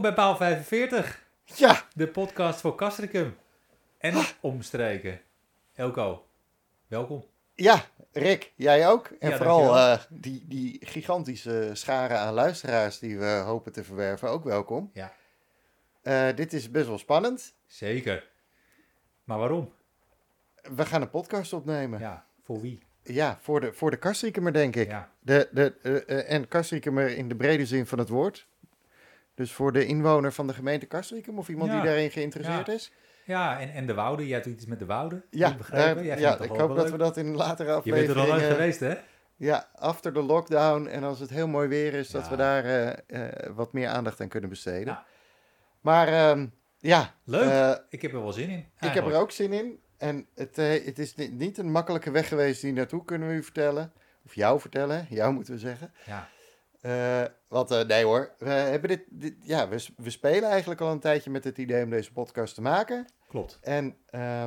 bij Paal 45. Ja. De podcast voor Castricum. En omstreken. Elko, welkom. Ja, Rick, jij ook. En Ja, vooral die gigantische scharen aan luisteraars die we hopen te verwerven, ook welkom. Ja. Dit is best wel spannend. Zeker. Maar waarom? We gaan een podcast opnemen. Ja, voor wie? Ja, voor de Castricummer, denk ik. Ja. En Castricummer in de brede zin van het woord. Dus voor de inwoner van de gemeente Castricum of iemand die daarin geïnteresseerd is. Ja, en de Wouden. Jij doet iets met de Wouden. Ja, ik hoop dat we dat in een latere Je aflevering... bent er al lang geweest, hè? Ja, after the lockdown en als het heel mooi weer is, dat we daar wat meer aandacht aan kunnen besteden. Ja. Maar Leuk. Ik heb er wel zin in. Ik heb eigenlijk. er ook zin in. En het is niet een makkelijke weg geweest hier naartoe, kunnen we u vertellen. Of jou vertellen, jou moeten we zeggen. Ja. Nee hoor, we hebben we spelen eigenlijk al een tijdje met het idee om deze podcast te maken. Klopt. En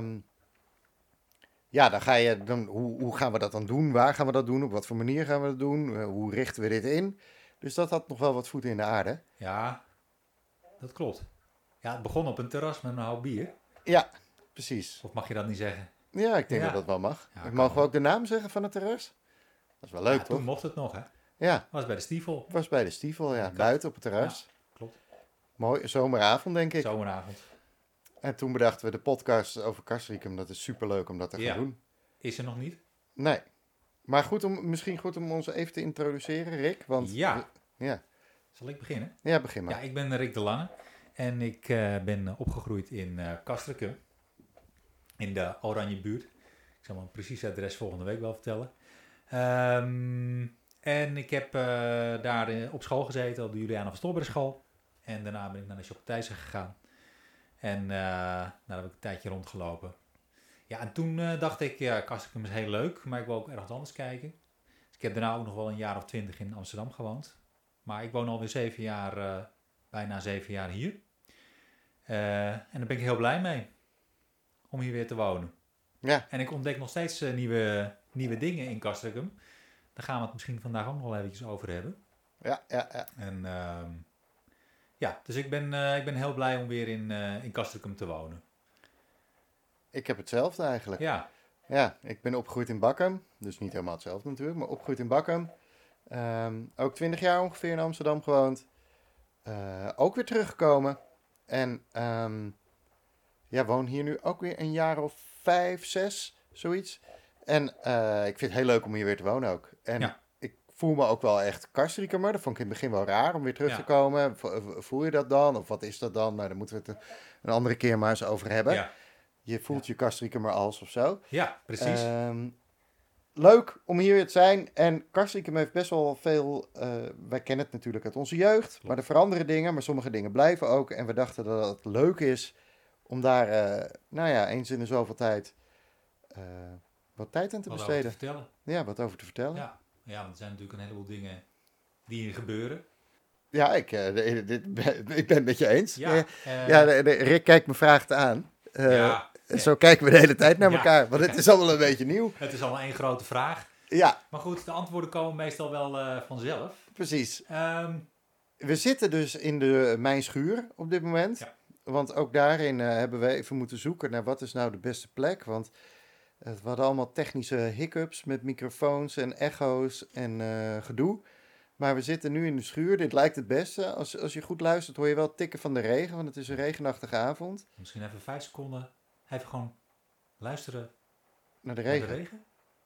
dan ga je hoe gaan we dat dan doen? Waar gaan we dat doen? Op wat voor manier gaan we dat doen? Hoe richten we dit in? Dus dat had nog wel wat voeten in de aarde. Ja, dat klopt. Ja, het begon op een terras met een hoop bier. Ja, precies. Of mag je dat niet zeggen? Ja, ik denk dat dat wel mag. Ja, Mogen we ook de naam zeggen van het terras? Dat is wel leuk, Ja, toch? toen mocht het nog, hè? Ja, Was bij de Stiefel. het was bij de Stiefel, ja. Kat. Buiten op het terras. Ja, klopt. Mooi, zomeravond, denk ik. Zomeravond. En toen bedachten we de podcast over Castricum. Dat is superleuk om dat te gaan doen. Is er nog niet? Nee. Maar misschien goed om ons even te introduceren, Rick. Want, Ja. Ja. Zal ik beginnen? Ja, begin maar. Ja, ik ben Rick de Lange. En ik ben opgegroeid in Castricum. In de Oranje buurt. Ik zal mijn precieze adres volgende week wel vertellen. En ik heb daar op school gezeten, op de Juliana van Stolbergschool. En daarna ben ik naar de Job Thijssen gegaan. En daar heb ik een tijdje rondgelopen. Ja, en toen dacht ik, ja, Castricum is heel leuk, maar ik wil ook ergens anders kijken. Dus ik heb daarna ook nog wel een jaar of 20 in Amsterdam gewoond. Maar ik woon alweer 7 jaar, bijna 7 jaar hier. En daar ben ik heel blij mee, om hier weer te wonen. Ja. En ik ontdek nog steeds nieuwe dingen in Castricum. Daar gaan we het misschien vandaag ook nog wel eventjes over hebben. Ja. En dus ik ben heel blij om weer in Castricum te wonen. Ik heb hetzelfde eigenlijk. Ja. Ja, ik ben opgegroeid in Bakkum. Dus niet helemaal hetzelfde natuurlijk, maar opgegroeid in Bakkum. Ook 20 jaar ongeveer in Amsterdam gewoond. Ook weer teruggekomen. En woon hier nu ook weer een jaar of 5, 6, zoiets. En ik vind het heel leuk om hier weer te wonen ook. En ik voel me ook wel echt Castricummer. Dat vond ik in het begin wel raar om weer terug te komen. Voel je dat dan? Of wat is dat dan? Nou, daar moeten we het een andere keer maar eens over hebben. Ja. Je voelt je Castricummer als of zo. Ja, precies. Leuk om hier weer te zijn. En Castricum heeft best wel veel... wij kennen het natuurlijk uit onze jeugd. Klopt. Maar er veranderen dingen. Maar sommige dingen blijven ook. En we dachten dat het leuk is om daar... eens in de zoveel tijd... wat tijd aan te Wat besteden. over te vertellen. Ja, wat over te vertellen. Ja, want er zijn natuurlijk een heleboel dingen die hier gebeuren. Ja, ik ben het met je eens. Ja, Rick kijkt me vragend aan. Zo kijken we de hele tijd naar elkaar. Want het is allemaal een beetje nieuw. Het is allemaal één grote vraag. Ja. Maar goed, de antwoorden komen meestal wel vanzelf. Precies. We zitten dus in mijn schuur op dit moment. Ja. Want ook daarin hebben we even moeten zoeken naar wat is nou de beste plek. Want we hadden allemaal technische hiccups met microfoons en echo's en gedoe. Maar we zitten nu in de schuur. Dit lijkt het beste. Als je goed luistert hoor je wel het tikken van de regen. Want het is een regenachtige avond. Misschien even 5 seconden. Even gewoon luisteren Naar de naar regen. de regen.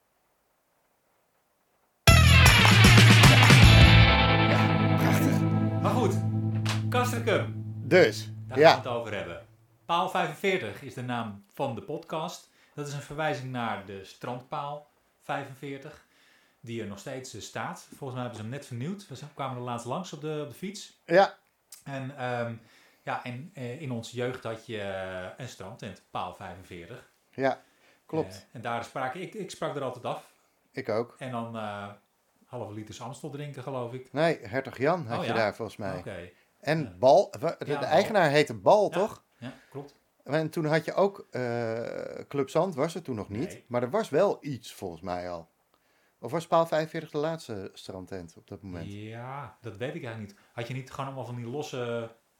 Ja, prachtig. Maar goed, Castricum. Dus, Daar gaan we het over hebben. Paal 45 is de naam van de podcast. Dat is een verwijzing naar de strandpaal 45. Die er nog steeds staat. Volgens mij hebben ze hem net vernieuwd. We kwamen er laatst langs op de fiets. Ja. En in onze jeugd had je een strandtent, paal 45. Ja, klopt. En daar sprak ik sprak er altijd af. Ik ook. En dan halve liters Amstel drinken, geloof ik. Nee, Hertog Jan had Oh, je ja? daar volgens mij. Oké. En Bal, de eigenaar heette Bal, Ja. toch? Ja, klopt. En toen had je ook Club Zand, was er toen nog niet. Nee. Maar er was wel iets volgens mij al. Of was paal 45 de laatste strandtent op dat moment? Ja, dat weet ik eigenlijk niet. Had je niet gewoon allemaal van die losse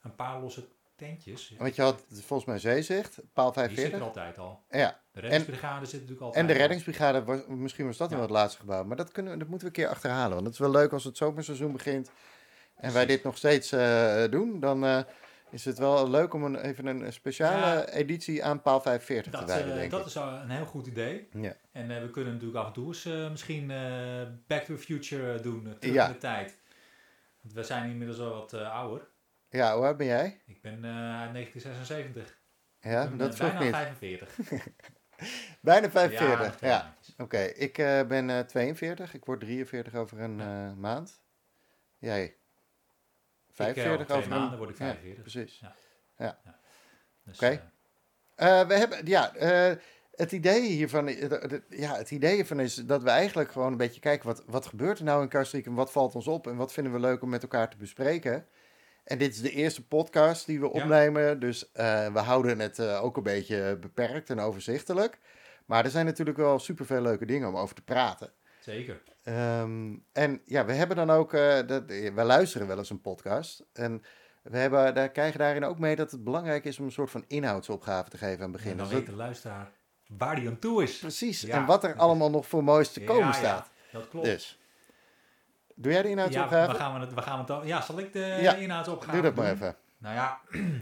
een paar losse tentjes. Want je had volgens mij zeezicht, paal Die zit 45. er altijd al. Ja, De reddingsbrigade zit natuurlijk altijd en de al. reddingsbrigade, misschien was dat Ja. wel het laatste gebouw. Maar dat moeten we een keer achterhalen. Want het is wel leuk als het zomerseizoen begint en wij dit nog steeds doen. Dan is het wel leuk om even een speciale editie aan paal 45 te wijden, denk Dat ik. is een heel goed idee. Ja. En we kunnen natuurlijk af en toe eens misschien Back to the Future doen, terug Ja. in de tijd. Want we zijn inmiddels al wat ouder. Ja, hoe oud ben jij? Ik ben uit 1976. Ja, Ik ben dat vroeg bijna niet. 45. Bijna 45, nog ja. twee maandjes. Oké, ik ben 42. Ik word 43 over een maand. Jij? 45 over over 2 een... maanden word ik 45. Precies. Dus, Oké. We hebben, het idee hiervan, het idee hiervan is dat we eigenlijk gewoon een beetje kijken, wat gebeurt er nou in Kastrikum en wat valt ons op en wat vinden we leuk om met elkaar te bespreken. En dit is de eerste podcast die we opnemen, dus we houden het ook een beetje beperkt en overzichtelijk. Maar er zijn natuurlijk wel superveel leuke dingen om over te praten. Zeker. En ja, we hebben dan ook, we luisteren wel eens een podcast en daar krijgen daarin ook mee dat het belangrijk is om een soort van inhoudsopgave te geven aan het begin. En dan Dus weet de luisteraar waar die aan toe is. precies, Ja. en wat er allemaal nog voor moois te komen staat. Ja, dat klopt. Dus, doe jij de inhoudsopgave? we gaan het ja, zal ik de Ja, inhoudsopgave Doe dat maar doen? even. Nou ja,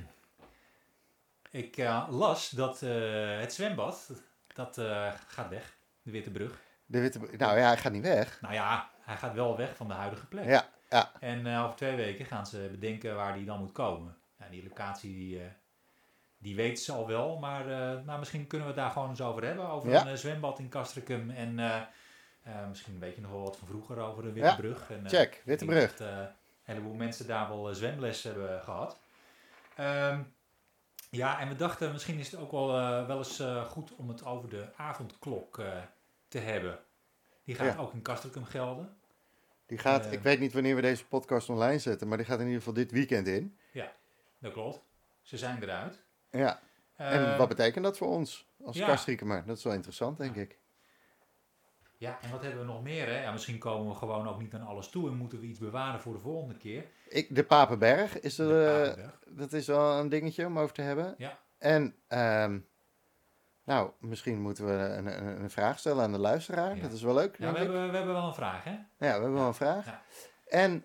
ik las dat het zwembad, dat gaat weg. De Witte Brug. Nou ja, hij gaat niet weg. Nou ja, hij gaat wel weg van de huidige plek. Ja. En over 2 weken gaan ze bedenken waar die dan moet komen. Ja, die locatie, die weten ze al wel. Maar misschien kunnen we het daar gewoon eens over hebben. Over een zwembad in Castricum. En misschien weet je nog wel wat van vroeger over de Witte Brug. En, Check, Witte Brug. Dat een heleboel mensen daar wel zwemles hebben gehad. Ja, en we dachten misschien is het ook wel eens goed om het over de avondklok te hebben. Die gaat ook in Castricum gelden. Die gaat, ik weet niet wanneer we deze podcast online zetten, maar die gaat in ieder geval dit weekend in. Ja, dat klopt. Ze zijn eruit. Ja. En wat betekent dat voor ons als Castricum? Dat is wel interessant, denk ik. Ja, en wat hebben we nog meer? Hè? Ja, misschien komen we gewoon ook niet aan alles toe en moeten we iets bewaren voor de volgende keer. De Papenberg, Papenberg. Dat is wel een dingetje om over te hebben. Ja. En misschien moeten we een vraag stellen aan de luisteraar. Ja. Dat is wel leuk. Ja, we hebben wel een vraag, hè? Ja, we hebben wel een vraag. Ja. En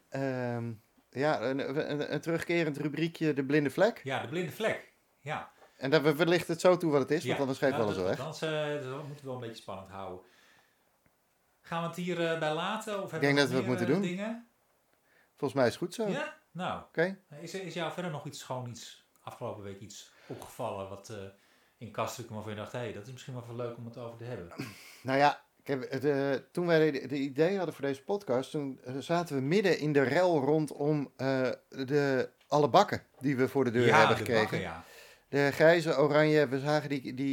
een terugkerend rubriekje, de blinde vlek. Ja, de blinde vlek. Ja. En we lichten het zo toe wat het is, want anders geef ik wel eens weg. Dat moeten we wel een beetje spannend houden. Gaan we het hier bij laten? Of Ik denk dat we het moeten doen. Dingen? Volgens mij is het goed zo. Ja? Nou. Oké. Is jou verder nog iets afgelopen week iets opgevallen wat in Castricum waarvan je dacht, dat is misschien wel even leuk om het over te hebben? Nou ja, toen wij de idee hadden voor deze podcast, toen zaten we midden in de rel rondom alle bakken die we voor de deur hebben gekregen. Bakken, ja. De grijze, oranje, we zagen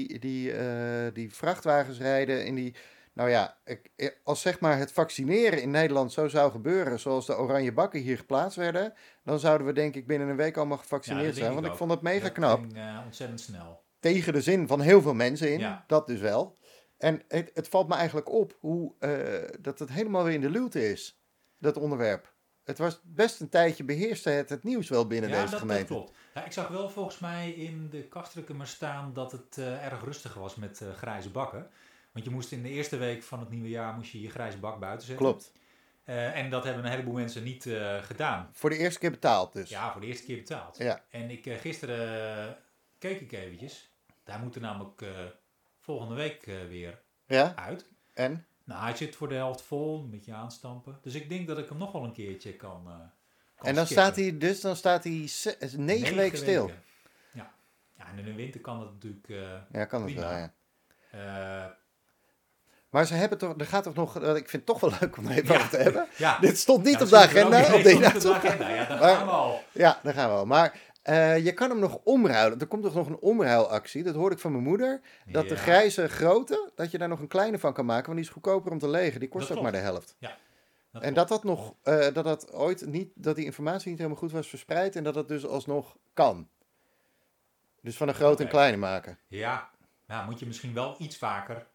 die vrachtwagens rijden in die... Nou ja, als zeg maar het vaccineren in Nederland zo zou gebeuren, zoals de oranje bakken hier geplaatst werden, dan zouden we denk ik binnen een week allemaal gevaccineerd zijn. Want ik vond het mega knap. Dat ging ontzettend snel. Tegen de zin van heel veel mensen in, Ja. dat dus wel. En het valt me eigenlijk op hoe dat het helemaal weer in de luwte is, dat onderwerp. Het was best een tijdje beheerste het nieuws wel binnen deze gemeente. Ja, dat klopt. Ja, ik zag wel volgens mij in de Castricum staan dat het erg rustig was met grijze bakken. Want je moest in de eerste week van het nieuwe jaar je grijze bak buiten zetten. Klopt. En dat hebben een heleboel mensen niet gedaan. Voor de eerste keer betaald dus. Ja, voor de eerste keer betaald. Ja. En gisteren keek ik eventjes. Daar moet er namelijk volgende week weer uit. En? Nou, hij zit voor de helft vol, een beetje aanstampen. Dus ik denk dat ik hem nog wel een keertje kan en dan staat hij 9 weken stil. Ja. En in de winter kan dat natuurlijk ja, kan dat prima. wel, ja. Maar ze hebben toch, er gaat toch nog, ik vind het toch wel leuk om er even over te hebben. Ja. Dit stond niet op de agenda. Ja, daar gaan we al. Ja, daar gaan we al. Maar je kan hem nog omruilen. Er komt toch nog een omruilactie, dat hoorde ik van mijn moeder. Dat de grijze grote, dat je daar nog een kleine van kan maken, want die is goedkoper om te legen. Die kost ook maar de helft. Ja. En dat ooit niet, dat die informatie niet helemaal goed was verspreid en dat dat dus alsnog kan. Dus van een grote en kleine maken. Ja, nou moet je misschien wel iets vaker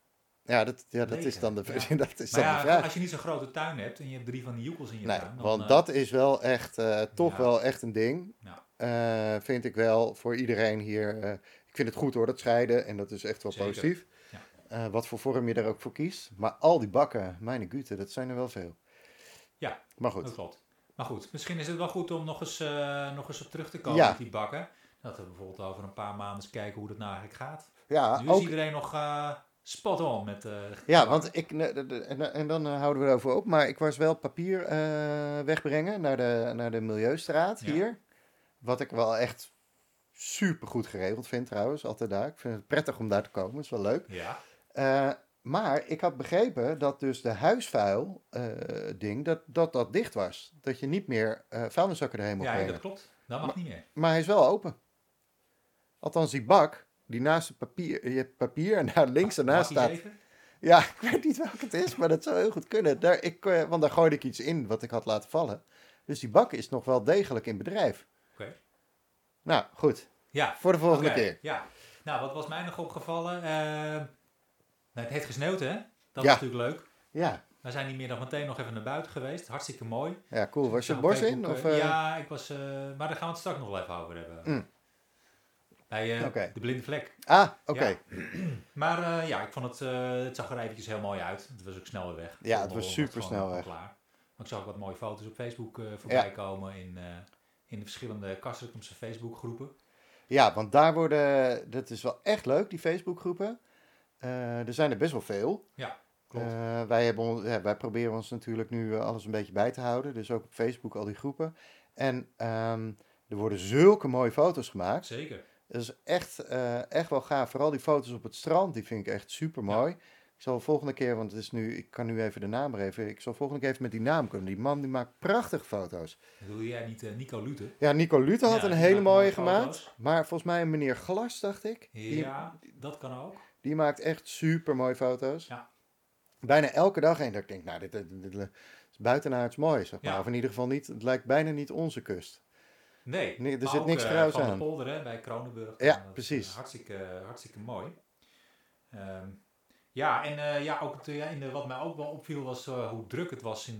dat is Lege, dan de, ja. dat is Maar dan de ja, vraag. als je niet zo'n grote tuin hebt en je hebt 3 van die joekels in je Nee, tuin, dan... want dat is wel echt, toch Ja. wel echt een ding. Ja. Vind ik wel voor iedereen hier. Ik vind het goed hoor, dat scheiden. En dat is echt wel Zeker. positief. Ja. Wat voor vorm je daar ook voor kiest. Maar al die bakken, mijn gute, dat zijn er wel veel. Ja, Maar dat goed. klopt. Maar goed, misschien is het wel goed om nog eens op terug te komen Ja. met die bakken. Dat we bijvoorbeeld over een paar maanden eens kijken hoe dat nou eigenlijk gaat. Ja, Nu is ook. iedereen nog spot on met Ja, bakken. want en dan houden we erover op. Maar ik was wel papier wegbrengen naar de Milieustraat Ja. hier. Wat ik wel echt super goed geregeld vind trouwens, altijd daar. Ik vind het prettig om daar te komen, is wel leuk. Ja. Maar ik had begrepen dat dus de huisvuil ding, dat dicht was. Dat je niet meer vuilniszakken erheen mocht Ja, brengen. dat klopt. Dat mag niet meer. Maar hij is wel open. Althans, die bak, die naast het papier, je hebt papier en daar links ernaast Mag die staat. 7? Ja, ik weet niet welke het is, maar dat zou heel goed kunnen. Want daar gooide ik iets in wat ik had laten vallen. Dus die bak is nog wel degelijk in bedrijf. Oké. Nou, goed. Ja. Voor de volgende Oké, keer. Ja. Nou, wat was mij nog opgevallen? Het heeft gesneeuwd, hè? Dat Ja. is natuurlijk leuk. Ja, We zijn niet meer dan meteen nog even naar buiten geweest. Hartstikke mooi. ja cool. Was je Ik het zag bos op in? Facebook, Of, Ja, ik was... maar daar gaan we het straks nog wel even over hebben. Mm. Bij Oké. de blinde vlek. Ah, oké. Ja. Maar ik vond het zag er eventjes heel mooi uit. Het was ook snel weer weg. Ja, het was super gewoon snel weg. Klaar. Maar ik zag ook wat mooie foto's op Facebook voorbij komen in de verschillende Castricumse Facebookgroepen. Ja, want dat is wel echt leuk, die Facebookgroepen. Er zijn er best wel veel. Ja, klopt. Wij proberen ons natuurlijk nu alles een beetje bij te houden. Dus ook op Facebook al die groepen. En er worden zulke mooie foto's gemaakt. Zeker. Dat is echt wel gaaf. Vooral die foto's op het strand, die vind ik echt super mooi. Ik zal de volgende keer, want het is nu, ik kan nu even de naam er even. Ik zal volgende keer even met die naam komen. Die man die maakt prachtige foto's. Bedoel jij niet Nico Lute? Ja, Nico Lute had Ja, een die hele hele maakt mooie mooie gemaakt. foto's. Maar volgens mij een meneer Glas, dacht ik. Ja, dat kan ook. Die maakt echt super mooie foto's. Ja. Bijna elke dag heen dat ik denk, nou, dit is buitenaards mooi, zeg maar. Ja. Of in ieder geval niet, het lijkt bijna niet onze kust. Nee, Er maar zit ook, niks grauws van aan. de polder hè, bij Kronenburg. Ja, Dat is, precies. hartstikke mooi. Wat mij ook wel opviel was hoe druk het was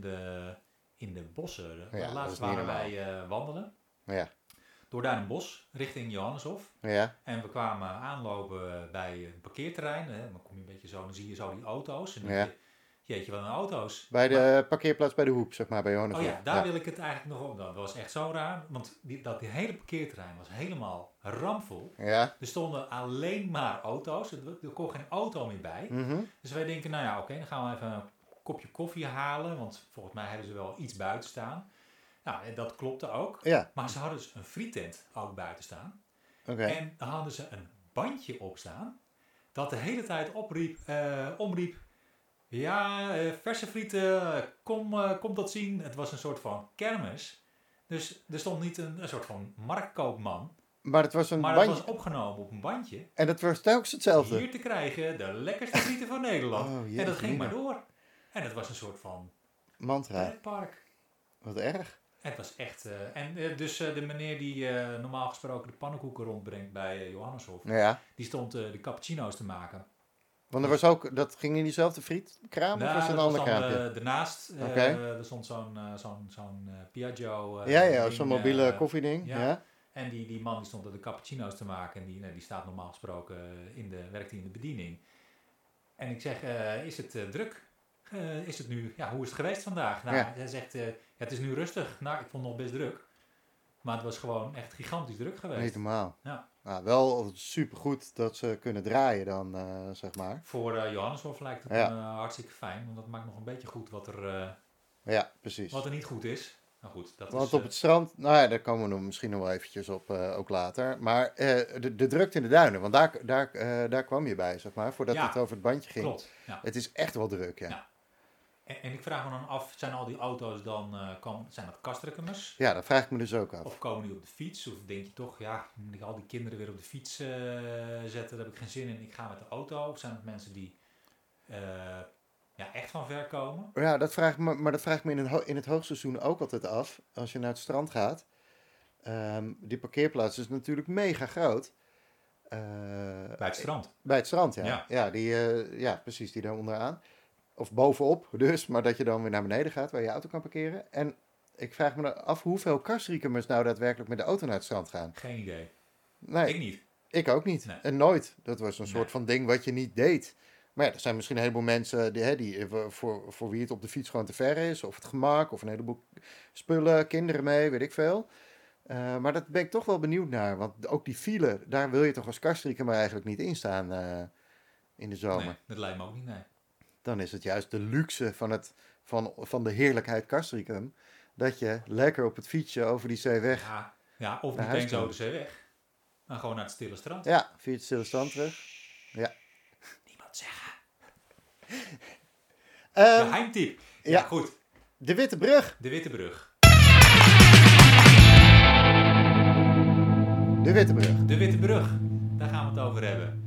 in de bossen. Ja, dat Laatst is niet waren normaal. wij wandelen Ja, door Duinenbos richting Johanneshof. ja, En we kwamen aanlopen bij een parkeerterrein. Hè. Dan kom je een beetje zo, dan zie je zo die auto's. En dan Ja. denk je, jeetje, wat een auto's. bij de parkeerplaats bij de Hoep, zeg maar, bij Oh Johanneshof. ja, daar wil ik het eigenlijk nog op. Dat was echt zo raar, want die hele parkeerterrein was helemaal ramvol. Ja. Er stonden alleen maar auto's, er kon geen auto meer bij. Mhm. Dus wij denken, nou ja, oké, dan gaan we even een kopje koffie halen, want volgens mij hebben ze wel iets buiten staan. Nou, en dat klopte ook. Ja, Maar ze hadden dus een frietent ook buiten staan. oké. En dan hadden ze een bandje op staan, dat de hele tijd omriep, ja, verse frieten, kom dat zien. Het was een soort van kermis. Dus er stond niet een soort van marktkoopman, Maar het was een maar het bandje. was opgenomen op een bandje. En dat was telkens hetzelfde. Hier te krijgen de lekkerste frieten van Nederland. Oh, En jeetje, dat ging maar mina. door. En het was een soort van Mantra. pretpark. Wat erg. En het was echt... de meneer die normaal gesproken de pannenkoeken rondbrengt bij Johanneshof, Ja. die stond de cappuccino's te maken. Want er was ook, dat ging in diezelfde frietkraam of Nou, was het een dat ander was dan kraampje? ernaast. Oké. Er stond zo'n Piaggio. Ja, ding, zo'n mobiele koffieding. ja. Ja. En die man die stond er de cappuccino's te maken. En die staat normaal gesproken werkt hij in de bediening. En ik zeg, is het druk? Is het nu, hoe is het geweest vandaag? Nou, Ja. hij zegt, het is nu rustig. Nou, ik vond het nog best druk. Maar het was gewoon echt gigantisch druk geweest. Niet normaal. Ja. Nou, wel supergoed dat ze kunnen draaien dan, zeg maar. Voor Johanneshof lijkt het hartstikke fijn. Want dat maakt nog een beetje goed wat Ja, precies. er niet goed is. Nou goed, dat Want is... op het strand, nou ja, daar komen we nog misschien nog wel eventjes op, ook later. Maar de drukte in de duinen, want daar kwam je bij, zeg maar, voordat Ja, het over het bandje ging. klopt, ja. Het is echt wel druk, ja. Ja. En ik vraag me dan af, zijn al die auto's dan, zijn dat Castricumers? Ja, dat vraag ik me dus ook af. Of komen die op de fiets? Of denk je toch, moet ik al die kinderen weer op de fiets zetten? Daar heb ik geen zin in. Ik ga met de auto. Of zijn het mensen die echt van ver komen? Ja, dat vraag ik me in het hoogseizoen ook altijd af. Als je naar het strand gaat. Die parkeerplaats is natuurlijk mega groot. Bij het strand. Bij het strand, ja. Ja. Ja, precies, die daar onderaan. Of bovenop dus, maar dat je dan weer naar beneden gaat waar je auto kan parkeren. En ik vraag me af hoeveel Castricumers nou daadwerkelijk met de auto naar het strand gaan. Geen idee. Nee, Ik niet. ik ook niet. Nee. En nooit. Dat was een soort Nee. van ding wat je niet deed. Maar ja, er zijn misschien een heleboel mensen voor wie het op de fiets gewoon te ver is. Of het gemak, of een heleboel spullen, kinderen mee, weet ik veel. Maar dat ben ik toch wel benieuwd naar. Want ook die file, daar wil je toch als Castricum eigenlijk niet in staan in de zomer. Nee, dat lijkt me ook niet, nee. Dan is het juist de luxe van de heerlijkheid Castricum. Dat je lekker op het fietsje over die zeeweg. Ja, of Naar niet huis eens kan. over de zeeweg. Maar gewoon naar het stille strand. Ja, via het stille strand terug. Ja. Niemand zeggen. Ehm, Geheimtip. Ja, ja. goed. de Witte Brug. De Witte Brug. De Witte Brug. De Witte Brug. Daar gaan we het over hebben.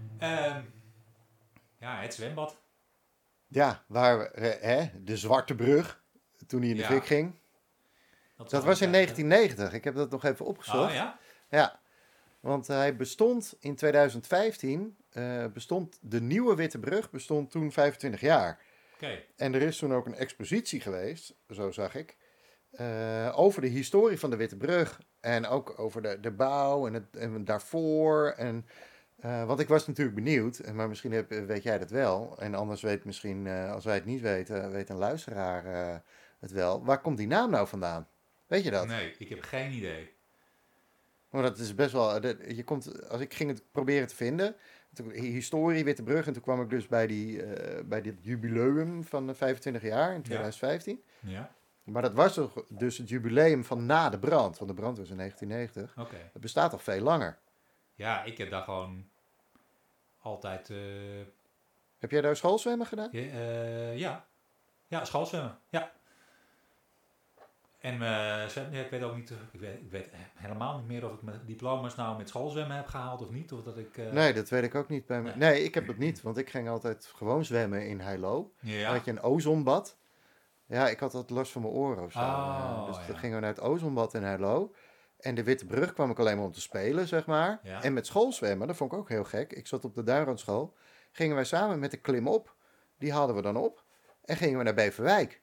Ja, het zwembad. Ja, waar de Zwarte Brug, toen hij in de Ja. fik ging. Dat was in 1990. Ik heb dat nog even opgezocht. Oh ja? Ja, want hij bestond in 2015, bestond de nieuwe Witte Brug, bestond toen 25 jaar. Oké. En er is toen ook een expositie geweest, zo zag ik, over de historie van de Witte Brug. En ook over de bouw en daarvoor. En, want ik was natuurlijk benieuwd, maar misschien weet jij dat wel. En anders weet misschien, als wij het niet weten, weet een luisteraar het wel. Waar komt die naam nou vandaan? Weet je dat? Nee, ik heb geen idee. Maar dat is best wel. Als ik ging het proberen te vinden. Historie, Witte Brug. En toen kwam ik dus bij dit jubileum van 25 jaar in 2015. Ja? Maar dat was dus het jubileum van na de brand. Want de brand was in 1990. Oké. Het bestaat al veel langer. Ja, ik heb daar gewoon altijd... Heb jij daar schoolzwemmen gedaan? Ja. Ja, schoolzwemmen. Ja. En zwemmen, ik weet ook niet... Ik weet helemaal niet meer of ik mijn diploma's nou met schoolzwemmen heb gehaald of niet. Of dat ik... Nee, dat weet ik ook niet bij me. Nee, ik heb dat niet. Want ik ging altijd gewoon zwemmen in Heilo. Ja. Dan had je een ozonbad. Ja, ik had altijd last van mijn oren of zo. Dus dan gingen we naar het ozonbad in Heilo. En de Witte Brug kwam ik alleen maar om te spelen, zeg maar. Ja. En met schoolzwemmen, dat vond ik ook heel gek. Ik zat op de Duinrandschool. Gingen wij samen met de klimop. Die haalden we dan op. En gingen we naar Beverwijk.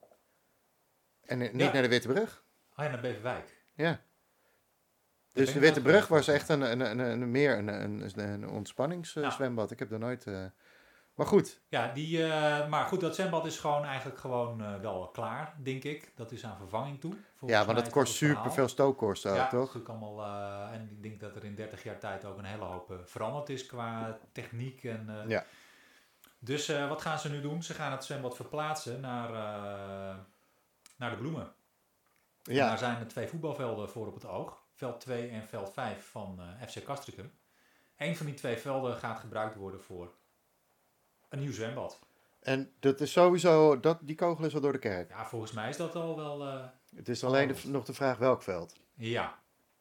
En niet naar de Witte Brug. Oh ja, naar Beverwijk. Ja. Dus de Witte Brug was echt meer een ontspanningszwembad. Ik heb er nooit... Maar goed. Ja, maar goed, dat zwembad is gewoon eigenlijk gewoon wel klaar, denk ik. Dat is aan vervanging toe. Ja, want het kost super veel stookkosten, ja, toch? Ja, allemaal. En ik denk dat er in 30 jaar tijd ook een hele hoop veranderd is qua techniek. Ja. Dus wat gaan ze nu doen? Ze gaan het zwembad verplaatsen naar de Bloemen. Ja. En daar zijn er 2 voetbalvelden voor op het oog. Veld 2 en veld 5 van FC Castricum. Eén van die 2 velden gaat gebruikt worden voor een nieuw zwembad. En dat is sowieso, die kogel is al door de kerk. Ja, volgens mij is dat al wel... Het is alleen nog de vraag welk veld. Ja.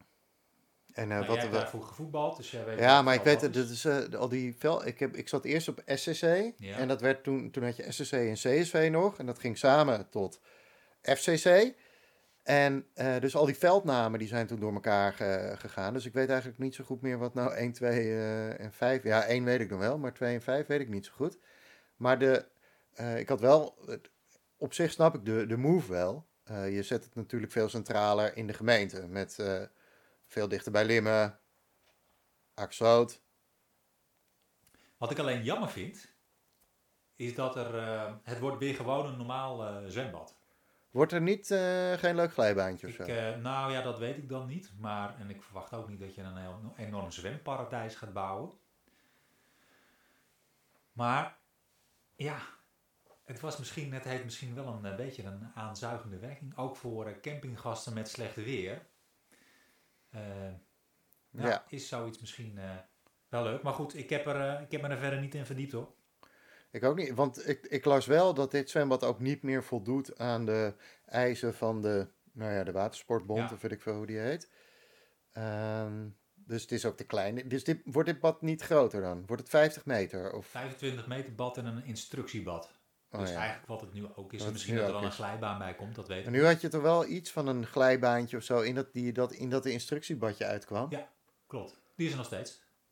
En Jij hebt daarvoor gevoetbald, dus jij weet... Ja, maar ik weet, dat is al die veld... Ik zat eerst op SCC. Ja. En dat werd toen had je SCC en CSV nog. En dat ging samen tot FCC. En dus al die veldnamen die zijn toen door elkaar gegaan. Dus ik weet eigenlijk niet zo goed meer wat nou 1, 2 en 5... Ja, 1 weet ik nog wel, maar 2 en 5 weet ik niet zo goed. Maar ik had wel... Op zich snap ik de move wel. Je zet het natuurlijk veel centraler in de gemeente. Met veel dichter bij Limmen, Aksloot. Wat ik alleen jammer vind, is dat het wordt weer gewoon een normaal zwembad. Wordt er niet geen leuk glijbaantje of zo? Nou ja, dat weet ik dan niet. En ik verwacht ook niet dat je een heel enorm zwemparadijs gaat bouwen. Maar ja, het heeft misschien wel een beetje een aanzuigende werking. Ook voor campinggasten met slecht weer. Ja. Is zoiets misschien wel leuk. Maar goed, ik heb me er verder niet in verdiept hoor. Ik ook niet, want ik las wel dat dit zwembad ook niet meer voldoet aan de eisen van de watersportbond, of weet ik veel hoe die heet. Dus het is ook te klein. Dus wordt dit bad niet groter dan? Wordt het 50 meter? Of? 25 meter bad en een instructiebad. Dus eigenlijk wat het nu ook is. Misschien dat er dan een glijbaan bij komt, dat weet ik. En nu had je toch wel iets van een glijbaantje of zo in dat instructiebadje uitkwam? Ja, klopt. Die is er nog steeds.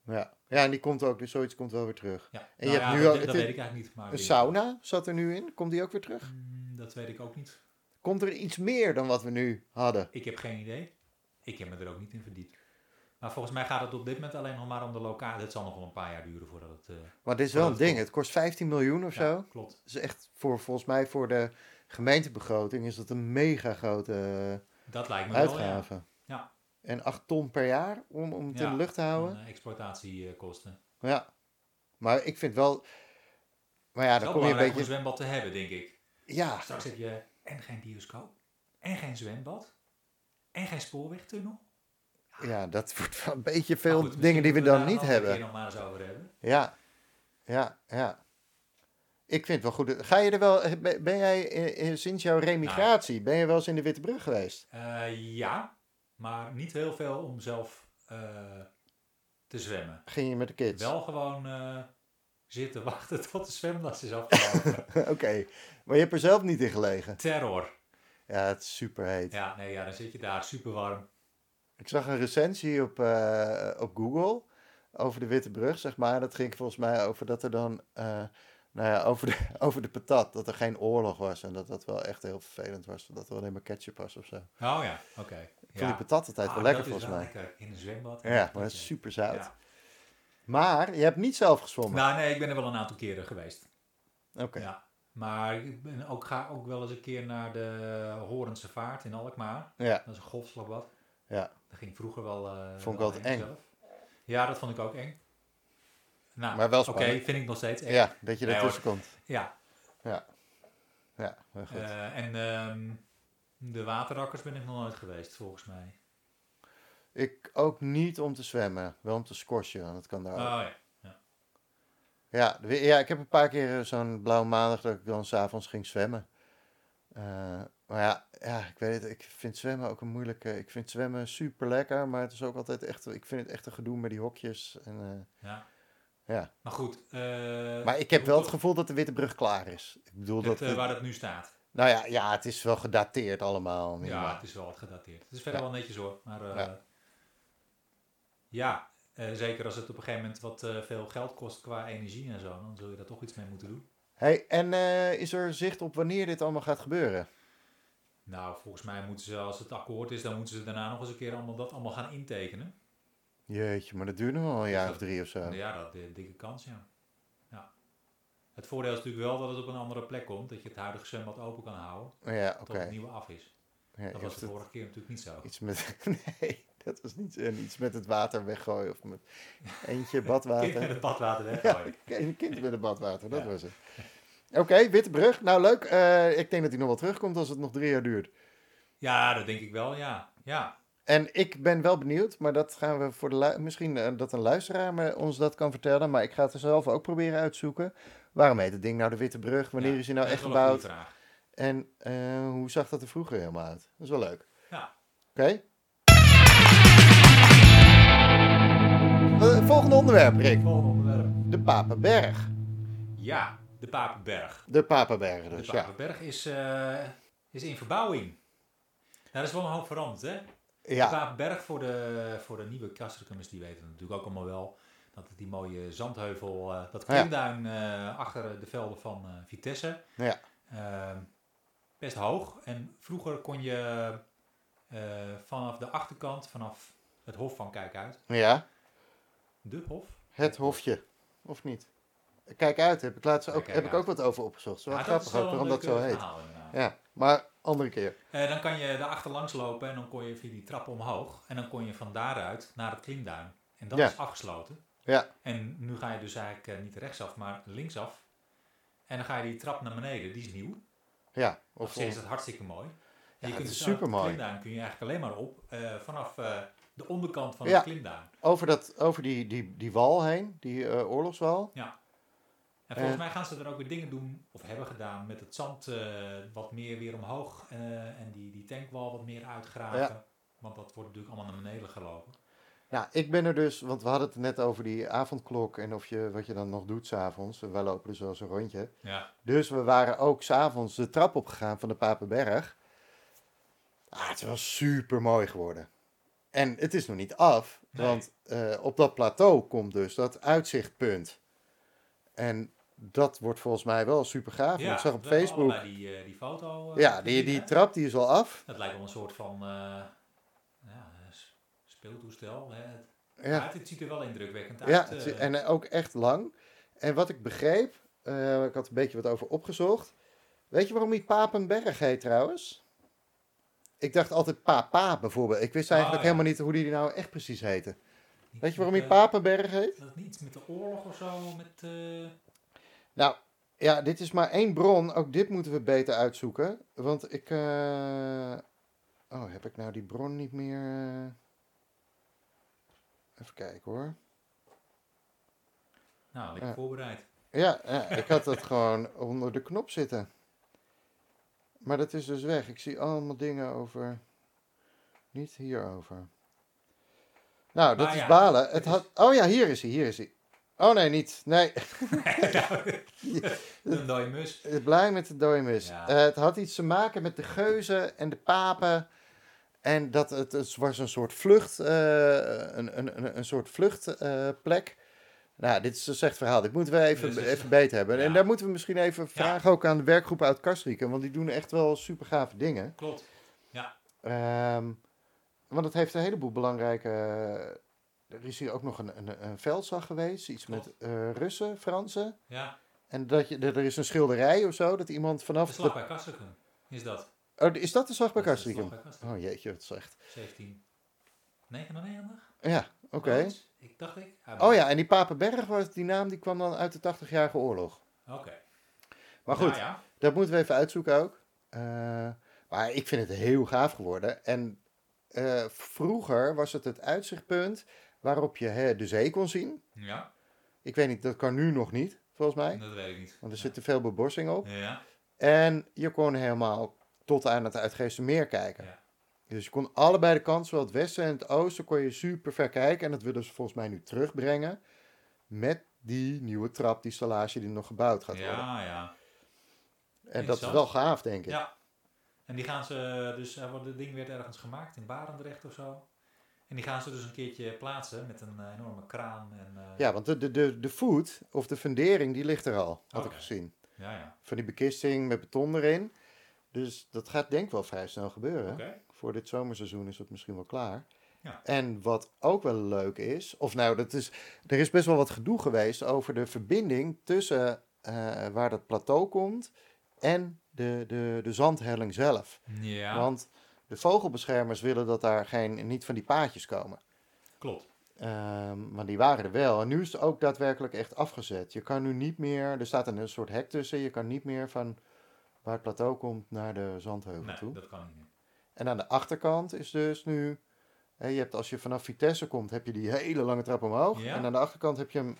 Ja, en die komt ook, dus zoiets komt wel weer terug. Ja, En je nou hebt ja, nu dat, ook dat weet ik eigenlijk niet. Maar een sauna zat er nu in. Komt die ook weer terug? Dat weet ik ook niet. Komt er iets meer dan wat we nu hadden? Ik heb geen idee. Ik heb me er ook niet in verdiept. Maar volgens mij gaat het op dit moment alleen nog maar om de lokaal. Het zal nog wel een paar jaar duren voordat het... Maar dit is wel een het ding. komt. Het kost 15 miljoen of zo. Klopt. Dat is echt volgens mij voor de gemeentebegroting is dat een mega grote Dat lijkt me uitgave. wel, ja. En 8 ton per jaar om het in de lucht te houden. Exploitatiekosten. Ja. Maar ik vind wel... Maar ja, Het dan is wel kom je een belangrijk om beetje... een zwembad te hebben, denk ik. Ja, Straks heb je en geen bioscoop, en geen zwembad, en geen spoorwegtunnel. ja, dat wordt wel een beetje Maar veel goed, dingen die we misschien dan niet moeten we daar hebben. een andere keer nog maar eens over hebben. Ja. Ik vind het wel goed. Ga je er wel... Ben jij sinds jouw remigratie, ben je wel eens in de Witte Brug geweest? Ja, maar niet heel veel om zelf te zwemmen. Ging je met de kids? Wel gewoon zitten wachten tot de zwemles is afgelopen. Oké, maar je hebt er zelf niet in gelegen. Terror. Ja, het is super heet. Ja, nee, ja, dan zit je daar super warm. Ik zag een recensie op Google over de Witte Brug, zeg maar. Dat ging volgens mij over dat er dan, over de patat, dat er geen oorlog was. En dat dat wel echt heel vervelend was, dat er alleen maar ketchup was of zo. Oh ja, oké. Ik vond die patat altijd wel lekker volgens mij. Lekker in een zwembad. Ja, maar het is super zout. Ja. Maar je hebt niet zelf gezwommen. Nou, nee, ik ben er wel een aantal keren geweest. Oké. Ja. Maar ik ga ook wel eens een keer naar de Horense Vaart in Alkmaar. Ja, Dat is een golfslagbad. ja. Dat ging vroeger wel... Vond ik wel altijd eng. zelf. Ja, dat vond ik ook eng. Nou, Maar wel oké, spannend. vind ik nog steeds eng. Ja, dat je Nee, ertussen komt. Ja. Ja, heel goed. De waterrakkers ben ik nog nooit geweest, volgens mij. Ik ook niet om te zwemmen, wel om te squashen, want het kan daar ook. Oh ja. Ja, ik heb een paar keer zo'n blauwe maandag dat ik dan s'avonds ging zwemmen. Maar ja, ik weet het, ik vind zwemmen ook een moeilijke... Ik vind zwemmen super lekker, maar het is ook altijd echt... Ik vind het echt een gedoe met die hokjes. Ja. Maar goed. Maar ik heb wel het gevoel dat de Witte Brug klaar is. Ik bedoel waar dat nu staat. Nou ja, het is wel gedateerd allemaal. Ja, het is wel wat gedateerd. Het is verder wel netjes hoor. Maar zeker als het op een gegeven moment wat veel geld kost qua energie en zo, dan zul je daar toch iets mee moeten doen. Hey, en is er zicht op wanneer dit allemaal gaat gebeuren? Nou, volgens mij moeten ze, als het akkoord is, dan moeten ze daarna nog eens een keer allemaal gaan intekenen. Jeetje, maar dat duurt nog wel een jaar of 3 of zo. Ja, dat is een dikke kans, ja. Het voordeel is natuurlijk wel dat het op een andere plek komt, dat je het huidige zwembad open kan houden, Ja, tot het nieuwe af is. Ja, Dat was de vorige keer natuurlijk niet zo. Iets met... Nee, dat was niet... iets met het water weggooien of met eentje badwater. Kind met het badwater weggooien. Ja, een kind met het badwater, dat was het. Oké, Witte Brug. Nou, leuk. Ik denk dat hij nog wel terugkomt als het nog 3 jaar duurt. Ja, dat denk ik wel, ja. En ik ben wel benieuwd, maar dat gaan we voor de misschien dat een luisteraar ons dat kan vertellen. Maar ik ga het er zelf ook proberen uitzoeken. Waarom heet het ding nou de Witte Brug? Wanneer is hij nou echt gebouwd? En hoe zag dat er vroeger helemaal uit? Dat is wel leuk. Ja. Oké. Volgende onderwerp, Rick. De Papenberg. Ja, de Papenberg. De Papenberg dus, De Papenberg is in verbouwing. Nou, dat is wel een hoop veranderd, hè? Ja. De Papenberg, voor de nieuwe Castricumers, die weten natuurlijk ook allemaal wel dat het die mooie zandheuvel, dat klimduin achter de velden van Vitesse. Ja. Best hoog. En vroeger kon je vanaf de achterkant, vanaf het hof van Kijk Uit. Ja. De hof? Het hofje, of niet? Kijk Uit, heb ik ook wat over opgezocht. Zo grappig ook, waarom dat zo heet. Ja, maar andere keer. Dan kan je daar achterlangs lopen en dan kon je via die trap omhoog. En dan kon je van daaruit naar het klimduin. En dat is afgesloten. Ja. En nu ga je dus eigenlijk niet rechtsaf, maar linksaf. En dan ga je die trap naar beneden, die is nieuw. Ja. Op zich is dat hartstikke mooi. En Ja, je kunt het is super mooi. Het klimduin kun je eigenlijk alleen maar op vanaf de onderkant van het klimduin. Over die wal heen, die oorlogswal. Ja. En volgens mij gaan ze er ook weer dingen doen, of hebben gedaan, met het zand wat meer weer omhoog. En die tankwal wat meer uitgraven. Ja. Want dat wordt natuurlijk allemaal naar beneden gelopen. Nou, ik ben er dus, want we hadden het net over die avondklok en wat je dan nog doet s'avonds. Wij lopen dus wel eens een rondje. Ja. Dus we waren ook s'avonds de trap opgegaan van de Papenberg. Het is wel super mooi geworden. En het is nog niet af, Nee. want op dat plateau komt dus dat uitzichtpunt. En dat wordt volgens mij wel super gaaf. Ja, ik zag op we hebben Facebook... allebei die foto ja, gezien, die hè? trap die is al af. Dat lijkt wel een soort van speeltoestel. Hè? Ja, Maar het ziet er wel indrukwekkend ja uit. en ook echt lang. En wat ik begreep, ik had een beetje wat over opgezocht. Weet je waarom die Papenberg heet trouwens? Ik dacht altijd Papa bijvoorbeeld. Ik wist eigenlijk ja. helemaal niet hoe die nou echt precies heette. Niet Weet je waarom met, die Papenberg heet? Dat is niet iets met de oorlog of zo? Met, Nou, ja, dit is maar één bron. Ook dit moeten we beter uitzoeken. Want ik... heb ik nou die bron niet meer... Even kijken hoor. Nou, lekker voorbereid. Ja, ik had het gewoon onder de knop zitten. Maar dat is dus weg. Ik zie allemaal dingen over... Niet hierover. Nou, dat Maar is ja, balen. het Het is- had... Oh ja, hier is hij. Oh nee, niet. Nee, Een dode mus. blij met de dode mus. Ja. Het had iets te maken met de geuzen en de papen. En dat het was een soort vlucht... een soort vluchtplek. Nou, dit is een slecht verhaal. Dit moeten we even beter hebben. Ja. En daar moeten we misschien even vragen ook aan de werkgroep uit Kastriken. Want die doen echt wel super gave dingen. Klopt. Ja. Want het heeft een heleboel belangrijke... er is hier ook nog een veldslag geweest. Iets met Russen, Fransen. Ja. En er is een schilderij of zo. Dat iemand vanaf... De slag bij Kastrikum is dat. Oh, is dat de slag bij Dat is de Kastrikum? slag bij Kastrikum. Oh jeetje, wat slecht. 1799? Ja, oké. Zoiets? Dacht ik. Oh ja, en die Papenberg, die naam die kwam dan uit de 80-jarige oorlog. Oké. Maar goed, Ja. dat moeten we even uitzoeken ook. Maar ik vind het heel gaaf geworden. En vroeger was het uitzichtpunt waarop je de zee kon zien. Ja, Ik weet niet, dat kan nu nog niet, volgens mij. dat weet ik niet. Want er zit te veel bebossing op. Ja. En je kon helemaal tot aan het Uitgeestermeer kijken. Ja. Dus je kon allebei de kanten, zowel het westen en het oosten, kon je super ver kijken. En dat willen ze volgens mij nu terugbrengen. Met die nieuwe trap, die stallage die nog gebouwd gaat worden. Ja. En dat is wel gaaf, denk ik. Ja. En die gaan ze dus, het ding werd ergens gemaakt in Barendrecht of zo. En die gaan ze dus een keertje plaatsen met een enorme kraan. En, Ja, want de voet, of de fundering, die ligt er al, had ik Oké. gezien. Ja. Van die bekisting met beton erin. Dus dat gaat denk ik wel vrij snel gebeuren. Oké. Voor dit zomerseizoen is het misschien wel klaar. Ja. En wat ook wel leuk is, er is best wel wat gedoe geweest over de verbinding tussen waar dat plateau komt en de zandhelling zelf. Ja, Want de vogelbeschermers willen dat daar niet van die paadjes komen. klopt. Maar die waren er wel. En nu is het ook daadwerkelijk echt afgezet. Je kan nu niet meer, er staat een soort hek tussen, je kan niet meer van waar het plateau komt naar de zandheuvel Nee, toe. dat kan niet meer. En aan de achterkant is dus nu, je hebt als je vanaf Vitesse komt, heb je die hele lange trap omhoog. Ja. En aan de achterkant heb je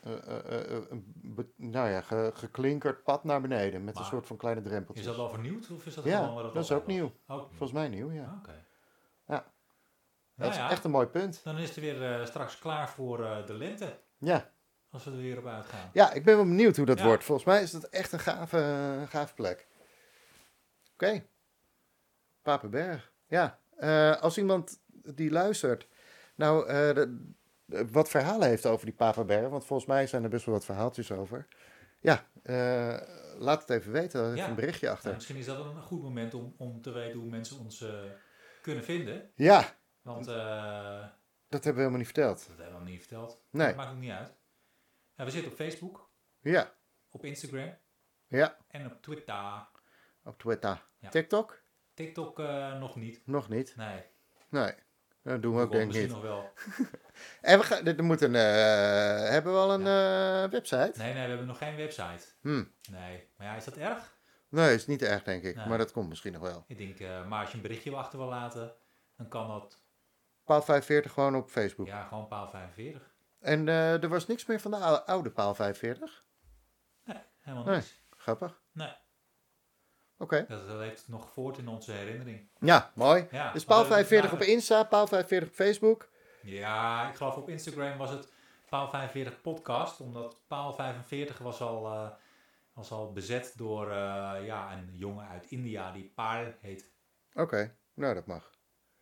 geklinkerd pad naar beneden met Maar een soort van kleine Is drempeltjes. dat wel vernieuwd of is dat Ja, gewoon wat het dat is altijd ook nieuw. was? Ook nieuw. Volgens mij nieuw, ja. Oké. Ja. Nou Dat is ja, echt een mooi punt. dan is het weer straks klaar voor de lente. Ja. Als we er weer op uitgaan. Ja, ik ben wel benieuwd hoe dat Ja. wordt. Volgens mij is dat echt een gave plek. Oké. Papenberg. Ja, als iemand die luistert, nou, wat verhalen heeft over die Papenberg, want volgens mij zijn er best wel wat verhaaltjes over. Ja, laat het even weten. Even Ja. een berichtje achter. Nou, misschien is dat een goed moment om te weten hoe mensen ons kunnen vinden. Ja, Want dat hebben we helemaal niet verteld. dat hebben we nog niet verteld. Nee. Dat maakt ook niet uit. Ja, we zitten op Facebook, Ja, op Instagram ja, en op Twitter. op Twitter. Ja. TikTok? TikTok nog niet. Nog niet. Nee. Nee, dat doen we ook Google denk ik misschien niet. nog wel. En hebben we al een website? Nee, we hebben nog geen website. Nee. Maar ja, is dat erg? Nee, is niet erg denk ik, Nee. maar dat komt misschien nog wel. Ik denk, maar als je een berichtje achter wil laten, dan kan dat. Paal 45 gewoon op Facebook. Ja, gewoon paal 45. En er was niks meer van de oude paal 45? Nee, helemaal Nee. niks. Grappig. Nee, Oké. dat heeft nog voort in onze herinnering. Ja, mooi. Ja, Dus maar paal we 45 op vandaag- Insta, paal 45 op Facebook. Ja, ik geloof op Instagram was het paal 45 podcast, omdat paal 45 was al bezet door een jongen uit India die Paal heet. Oké, nou dat mag.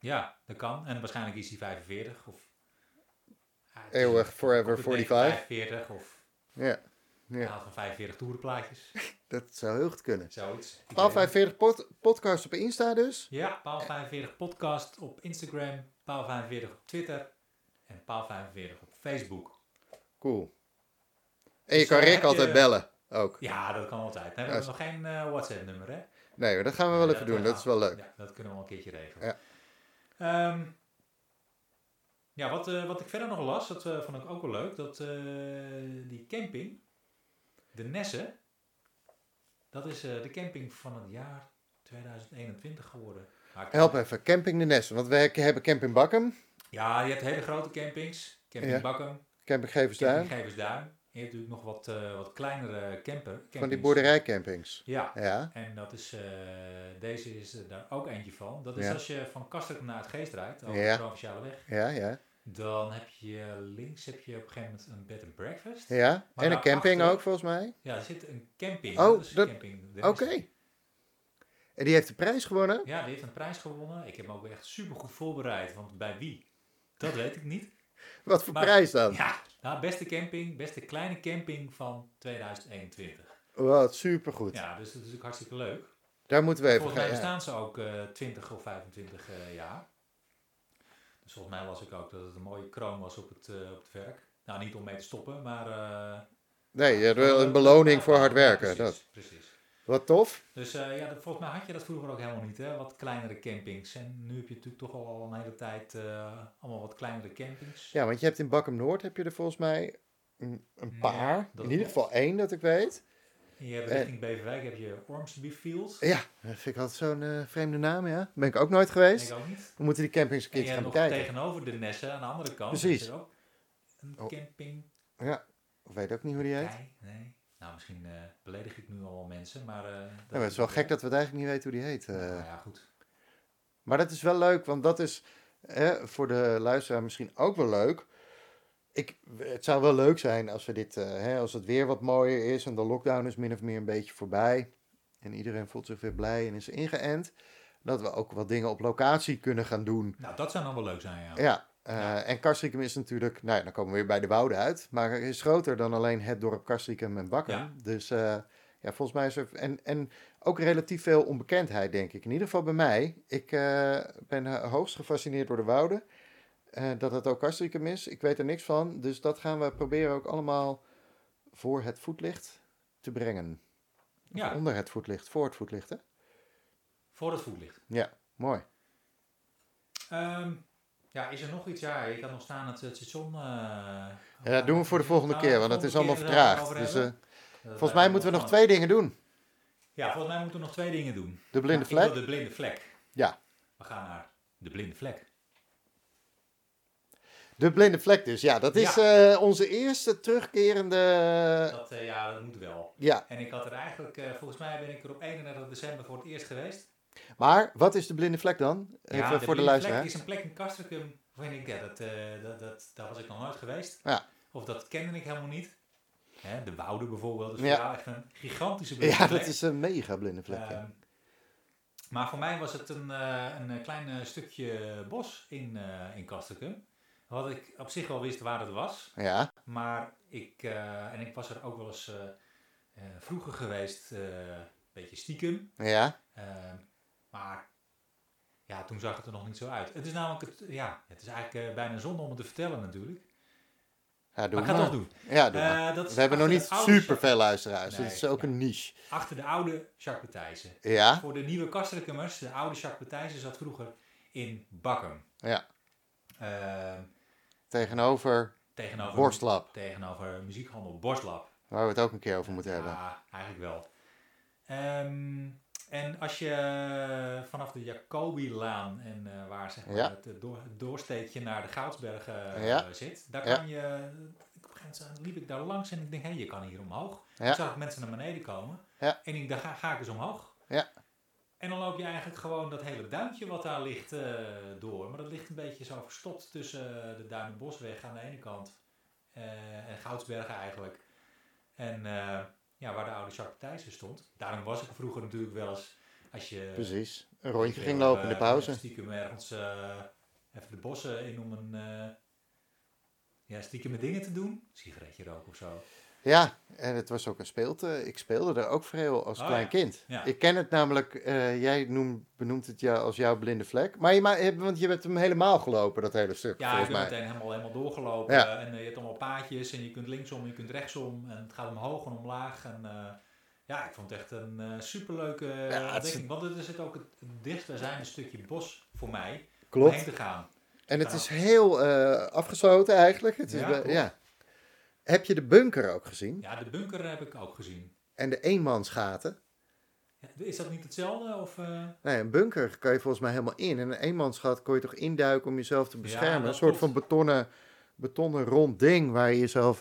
Ja, dat kan. En waarschijnlijk is hij 45 of... Eeuwig, forever, 45. 45 of... Ja. Hij Ja, haalt van 45 toerenplaatjes. dat zou heel goed kunnen. Zoiets. Ik Paal weet het. 45 podcast op Insta dus. Ja, Paal 45 podcast op Instagram. Paal 45 op Twitter. En Paal 45 op Facebook. Cool. En je Dus, kan Rick heb je- altijd bellen, ook. Ja, dat kan altijd. Dan hebben we nog geen WhatsApp-nummer, hè? Nee, maar dat gaan we wel even doen. Dat is wel leuk. Ja, dat kunnen we wel een keertje regelen. Ja. Ja, wat ik verder nog las, dat vond ik ook wel leuk. Dat die camping, de Nesse, dat is de camping van het jaar 2021 geworden. Maar Help even, Camping de Nest. Want we hebben Camping Bakkum, Ja, je hebt hele grote campings. Camping Ja. Bakkum, Camping Geversduin. Camping Geversduin. Je hebt natuurlijk nog wat kleinere campings. Van die boerderijcampings. Ja, Ja, en dat is, deze is er daar ook eentje van. Dat is Ja. als je van Castricum naar het Geest rijdt, over Ja. de Provinciale weg. ja. Dan heb je links op een gegeven moment een bed and breakfast. Ja, Maar en een camping daarachter- ook volgens mij. Ja, er zit een camping. Oh, dat is dat- camping de Oké. Nest. En die heeft de prijs gewonnen? Ja, die heeft een prijs gewonnen. Ik heb hem ook echt super goed voorbereid. Want bij wie? Dat weet ik niet. Wat voor Maar- prijs dan? Ja, nou, beste kleine camping van 2021. Wat supergoed. Ja, dus dat is natuurlijk hartstikke leuk. Daar moeten we even Volgens mij gaan. Ja. bestaan ze ook 20 of 25 jaar. Dus volgens mij las ik ook dat het een mooie kroon was op het werk. Nou, niet om mee te stoppen, maar... Nee, je hebt wel een beloning voor hard werken. Ja, Dat. precies. Wat tof. Dus volgens mij had je dat vroeger ook helemaal niet, hè? Wat kleinere campings. En nu heb je natuurlijk toch al een hele tijd allemaal wat kleinere campings. Ja, want je hebt in Bakkum Noord heb je er volgens mij een Ja, paar. dat In ieder klopt. geval één dat ik weet. En je hebt richting Beverwijk heb je Ormsby Field. Ja, dat vind ik altijd zo'n vreemde naam, ja. Ben ik ook nooit geweest. Ik ook niet. We moeten die campings een En je keertje hebt gaan nog bekijken. tegenover de Nesse, aan de andere kant, Precies. is er ook een Oh. camping. Ja, ik weet ook niet hoe die heet. Kei? Nee. Nou, misschien beledig ik nu al mensen, maar... Ja, maar het is wel gek dat we het eigenlijk niet weten hoe die heet. Nou ja, goed. Maar dat is wel leuk, want dat is voor de luisteraar misschien ook wel leuk. Het zou wel leuk zijn als we dit, als het weer wat mooier is en de lockdown is min of meer een beetje voorbij. En iedereen voelt zich weer blij en is ingeënt. Dat we ook wat dingen op locatie kunnen gaan doen. Nou, dat zou dan wel leuk zijn, ja. Ja, Ja. en Castricum is natuurlijk, nou ja, dan komen we weer bij de wouden uit. Maar het is groter dan alleen het dorp Castricum en Bakkum. Ja. Dus ja, volgens mij is er, en ook relatief veel onbekendheid, denk ik. In ieder geval bij mij. Ik ben hoogst gefascineerd door de wouden. Dat het ook Castricum is. Ik weet er niks van. Dus dat gaan we proberen ook allemaal voor het voetlicht te brengen. Of Ja. onder het voetlicht, voor het voetlicht, hè? Voor het voetlicht. Ja, mooi. Ja, is er nog iets? Ja, ik had nog staan het station. Ja, dat doen we voor de volgende Nou, keer, want het is allemaal volgende keer vertraagd. erover Dus hebben. volgens mij moeten we nog 2 dingen doen. Ja, volgens mij moeten we nog 2 dingen doen. De blinde Ik vlek. wil de blinde vlek. Ja. We gaan naar de blinde vlek. De blinde vlek dus, ja. Dat is onze eerste terugkerende... Dat moet wel. Ja, En ik had er eigenlijk, volgens mij ben ik er op 31 december voor het eerst geweest. maar wat is de blinde vlek dan? Even Ja, voor de blinde luisteraar. vlek is een plek in Castricum. Waarvan ik, ja, daar was ik nog nooit geweest. Ja. Of dat kende ik helemaal niet. Hè, de Wouden bijvoorbeeld. Dus Ja. ja, echt een gigantische blinde Ja, vlek. dat is een mega blinde vlek. ja. Maar voor mij was het een klein stukje bos in Castricum. Wat ik op zich wel wist waar het was. Ja, Maar ik was er ook wel eens vroeger geweest, een beetje stiekem. ja. Maar ja, toen zag het er nog niet zo uit. Het is namelijk, het is eigenlijk bijna zonde om het te vertellen natuurlijk. Ja, doe Maar ik ga het maar. toch doen. Ja, doe maar. Dat is We hebben nog achter niet de oude super veel luisteraars. Nee, Het is ook ja. een niche. Achter de oude Jacques Petijzen. Ja, Voor de nieuwe Castricumers, de oude Jacques Petijzen zat vroeger in Bakkum. ja. Eh, Tegenover tegenover, Borstlab, tegenover muziekhandel Borstlab. waar we het ook een keer over moeten hebben. Ja, eigenlijk wel. En als je vanaf de Jacobilaan en waar zeg maar, Ja. het doorsteekje naar de Goudsbergen Ja. zit, daar Ja. kan je... Op een gegeven moment liep ik daar langs en ik denk, hé, je kan hier omhoog. Ja. Dan zag ik mensen naar beneden komen. Ja. En ik dacht, ga ik eens omhoog. Ja. En dan loop je eigenlijk gewoon dat hele duintje wat daar ligt door. Maar dat ligt een beetje zo verstopt tussen de Duinenbosweg aan de ene kant en Goudsbergen eigenlijk. En waar de oude Jacques Petijzen stond. Daarom was ik vroeger natuurlijk wel eens, als je Precies. een rondje Dat je ging heel, lopen in de pauze. Stiekem ergens even de bossen in om stiekem dingen te doen. Sigaretje roken of zo. Ja, en het was ook een speelte. Ik speelde er ook veel als klein kind. Ja. Ik ken het namelijk, jij benoemt het als jouw blinde vlek. Maar want je bent hem helemaal gelopen, dat hele stuk, Ja, volgens ik ben mij. meteen helemaal doorgelopen. Ja. En je hebt allemaal paadjes en je kunt linksom, je kunt rechtsom. En het gaat omhoog en omlaag. En ik vond het echt een superleuke ontdekking. Want het is het ook het dichtstbijzijnde stukje bos voor mij om heen te gaan. En het is heel afgesloten eigenlijk. Het is Heb je de bunker ook gezien? Ja, de bunker heb ik ook gezien. En de eenmansgaten? Ja, is dat niet hetzelfde? Of, Nee, een bunker kan je volgens mij helemaal in. En een eenmansgat kon je toch induiken om jezelf te beschermen. Ja, een soort van betonnen rond ding waar je jezelf...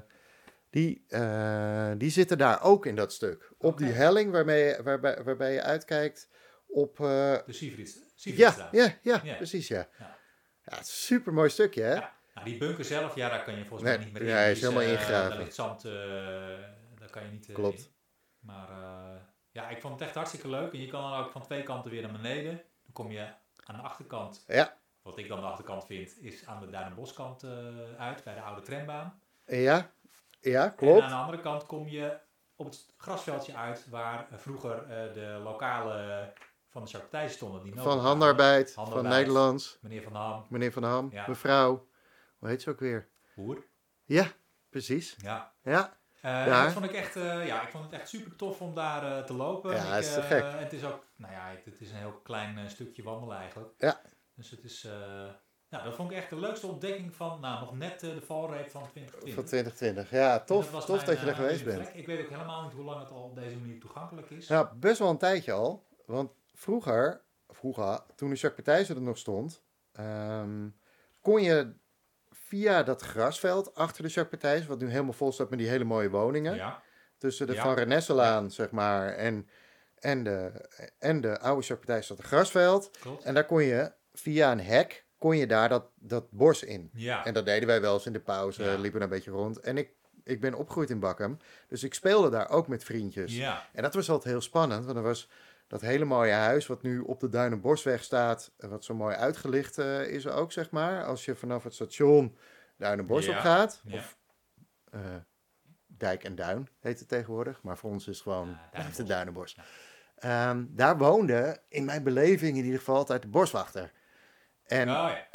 die zitten daar ook in dat stuk. Op die helling waarbij je uitkijkt op... de Sievrietstraat. Ja, precies, ja. Ja, het is een super mooi stukje, hè? Ja. Nou, die bunker zelf, daar kan je volgens mij niet meer in. Ja, hij is helemaal ingegraven. Daar ligt zand, daar kan je niet Klopt. in. Maar ik vond het echt hartstikke leuk. En je kan dan ook van twee kanten weer naar beneden. Dan kom je aan de achterkant. Ja. Wat ik dan de achterkant vind, is aan de Duinenboskant uit, bij de oude trambaan. Ja, klopt. En aan de andere kant kom je op het grasveldje uit, waar vroeger de lokale van de Charpentijzen stonden. Die van Handarbeid, van Nederlands. Meneer Van Ham. Ja. Mevrouw. Hoe heet ze ook weer? Boer. Ja, precies. Ja. Ja. Dat vond ik echt, ik vond het echt super tof om daar te lopen. Ja, het is te gek. En het is ook, het is een heel klein stukje wandelen eigenlijk. Ja. Dus het is, dat vond ik echt de leukste ontdekking van, nog net de valreep van 2020. Van 2020, ja, tof dat je er geweest bent. Ik weet ook helemaal niet hoe lang het al op deze manier toegankelijk is. Ja, best wel een tijdje al. Want vroeger, toen de Charpentijzen er nog stond, kon je via dat grasveld achter de Charpentijzen, wat nu helemaal vol staat met die hele mooie woningen, tussen de Van Rennesselaan, zeg maar, en de oude Charpentijzen staat een grasveld. Klopt. En daar kon je via een hek daar dat bos in. Ja. En dat deden wij wel eens in de pauze, liepen er een beetje rond. En ik ben opgegroeid in Bakkum, dus ik speelde daar ook met vriendjes. Ja. En dat was altijd heel spannend, want er was dat hele mooie huis wat nu op de Duinenbosweg staat, wat zo mooi uitgelicht is ook, zeg maar. Als je vanaf het station Duinenbos op gaat, of Dijk en Duin heet het tegenwoordig, maar voor ons is het gewoon de Duinenbos. Ja. Daar woonde, in mijn beleving in ieder geval, altijd de boswachter. En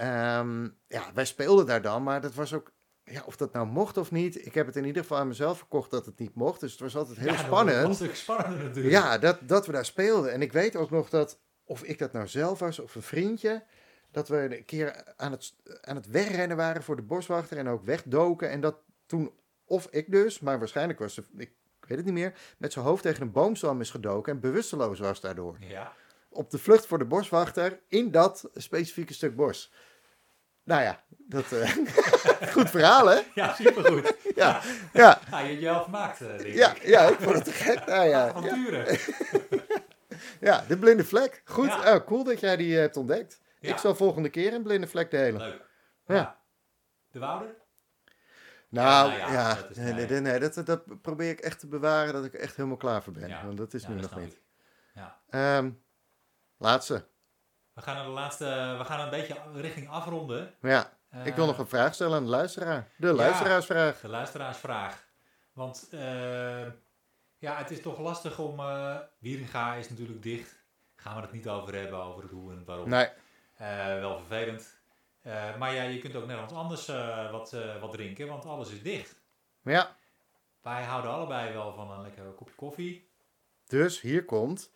wij speelden daar dan, maar dat was ook, of dat nou mocht of niet. Ik heb het in ieder geval aan mezelf verkocht dat het niet mocht. Dus het was altijd heel spannend. Dat was een stuk spannender natuurlijk. Ja, dat we daar speelden. En ik weet ook nog dat, of ik dat nou zelf was of een vriendje, dat we een keer aan het wegrennen waren voor de boswachter en ook wegdoken. En dat toen, of ik dus, maar waarschijnlijk was ik weet het niet meer, met zijn hoofd tegen een boomstam is gedoken en bewusteloos was daardoor. Ja. Op de vlucht voor de boswachter in dat specifieke stuk bos. Nou ja, dat goed verhaal, hè? Ja, supergoed. Ja. Je hebt je al gemaakt, denk ik. Ja, ik vond het te gek. Avonturen. Ja, de blinde vlek. Goed, Ja. Cool dat jij die hebt ontdekt. Ja. Ik zal volgende keer een blinde vlek delen. Leuk. Ja. De Wouder? Dat probeer ik echt te bewaren dat ik er echt helemaal klaar voor ben. Ja. Want dat is nu nog niet. Ja. Laatste. We gaan een beetje richting afronden. Ja, ik wil nog een vraag stellen aan de luisteraar. De luisteraarsvraag. De luisteraarsvraag. Want het is toch lastig om... Wieringa is natuurlijk dicht. Gaan we het niet over hebben, over het hoe en het waarom. Nee. Wel vervelend. Maar je kunt ook nergens anders wat drinken, want alles is dicht. Ja. Wij houden allebei wel van een lekker kopje koffie. Dus hier komt...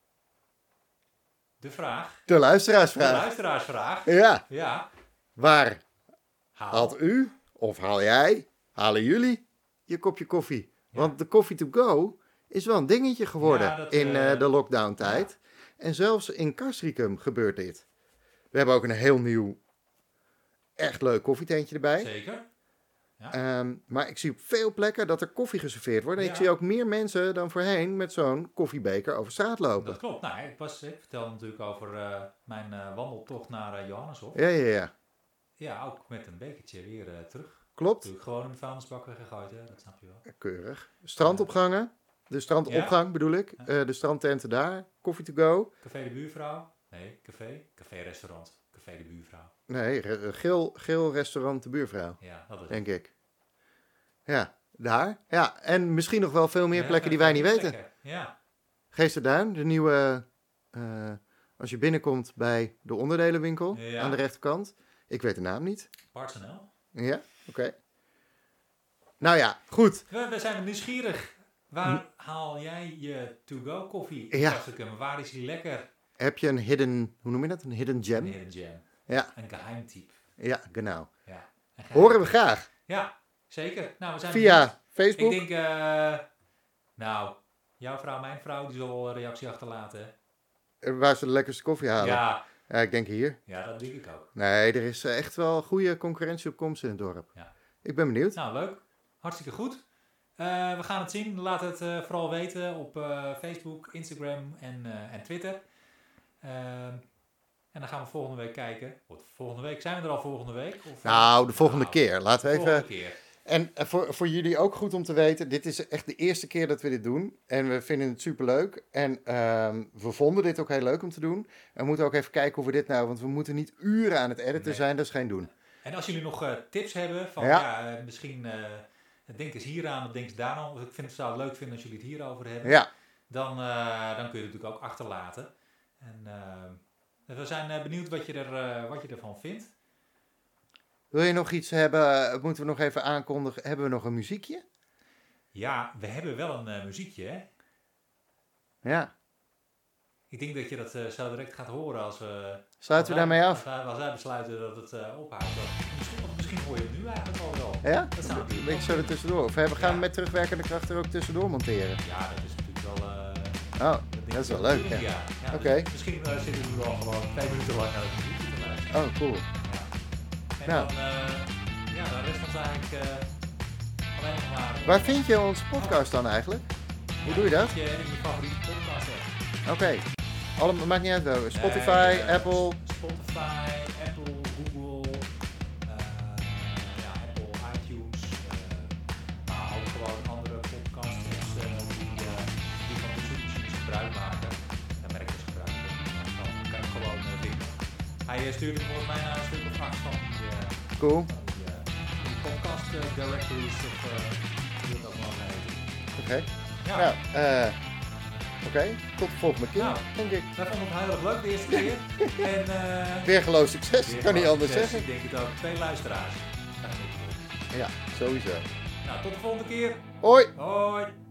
De vraag. De luisteraarsvraag. De luisteraarsvraag. Ja. Waar haalt u, of halen jullie je kopje koffie? Ja. Want de coffee to go is wel een dingetje geworden in de lockdown tijd. Ja. En zelfs in Castricum gebeurt dit. We hebben ook een heel nieuw, echt leuk koffietentje erbij. Zeker. Ja. Maar ik zie op veel plekken dat er koffie geserveerd wordt. En ik zie ook meer mensen dan voorheen met zo'n koffiebeker over straat lopen. Dat klopt. Nou, ik vertelde natuurlijk over mijn wandeltocht naar Johanneshof. Ja. Ja, ook met een bekertje weer terug. Klopt. Natuurlijk gewoon in de vuilnisbakken gegooid, hè? Dat snap je wel. Keurig. Strandopgangen. De strandopgang bedoel ik. Ja. De strandtenten daar. Coffee to go. Café de buurvrouw? Nee, café-restaurant. Café de buurvrouw. Nee, geel restaurant de buurvrouw. Ja, dat is Denk ik. Ja, daar. Ja, en misschien nog wel veel meer plekken die wij niet weten. Ja. Geesterduin, de nieuwe... als je binnenkomt bij de onderdelenwinkel aan de rechterkant. Ik weet de naam niet. Parts NL. Ja, oké. Nou ja, goed. We zijn nieuwsgierig. Waar haal jij je to-go koffie? Ja. Waar is die lekker? Heb je een hidden, hoe noem je dat? Een hidden gem? Een hidden gem. Ja. Een geheimtype. Ja, genau. Ja. Horen we graag. Ja, zeker. Nou, we zijn Via benieuwd. Facebook. Ik denk, jouw vrouw, mijn vrouw, die zal wel een reactie achterlaten. Waar ze de lekkerste koffie halen. Ja. Ja, ik denk hier. Ja, dat denk ik ook. Nee, er is echt wel goede concurrentie op komst in het dorp. Ja. Ik ben benieuwd. Nou, leuk. Hartstikke goed. We gaan het zien. Laat het vooral weten op Facebook, Instagram en Twitter. En dan gaan we volgende week kijken. Volgende week? Zijn we er al volgende week? Of, Nou, de volgende keer. Laten we even... Volgende keer. En voor jullie ook goed om te weten, dit is echt de eerste keer dat we dit doen. En we vinden het superleuk. En we vonden dit ook heel leuk om te doen. En we moeten ook even kijken hoe we dit nou... Want we moeten niet uren aan het editen zijn, dat is geen doen. En als jullie nog tips hebben van misschien... denk eens hier aan of denk eens daar aan. Ik zou het leuk vinden als jullie het hierover hebben. Ja. Dan kun je het natuurlijk ook achterlaten. En we zijn benieuwd wat je ervan vindt. Wil je nog iets hebben? Moeten we nog even aankondigen? Hebben we nog een muziekje? Ja, we hebben wel een muziekje, hè? Ja. Ik denk dat je dat zo direct gaat horen als we... Sluiten we daarmee af? Als wij besluiten dat het ophoudt. Misschien hoor je het nu eigenlijk al wel. Ja? Dat zou Een beetje zo er tussendoor. Of gaan we met terugwerkende kracht er ook tussendoor monteren? Ja, dat is natuurlijk wel... Dat is wel leuk. Ja. Oké. Dus misschien zitten we wel gewoon 2 minuten lang naar het muziekje te luisteren. Oh, cool. En nou. dan rest ons eigenlijk alleen nog maar... Waar vind je onze podcast dan eigenlijk? Hoe doe je dat? In je favoriete podcast app. Oké. Maakt niet uit welke. Spotify, Apple. Spotify, Apple, Google, Apple, iTunes. Maar ook gewoon andere podcasters die van de zoekmachines gebruik maken. Daar merk ik gebruik van. Dan kan ik gewoon vinden. Hij stuurde volgens mij naar een stuk of 8 van Cool. die podcast directories of hoe het ook maar heet. Oké. Ja. Nou, oké. Tot de volgende keer, denk ik. Wij vonden het heel erg leuk de eerste keer. En, Weergeloos succes, kan niet anders zeggen. Ik denk het ook. 2 luisteraars. Ja, sowieso. Nou, tot de volgende keer. Hoi! Hoi!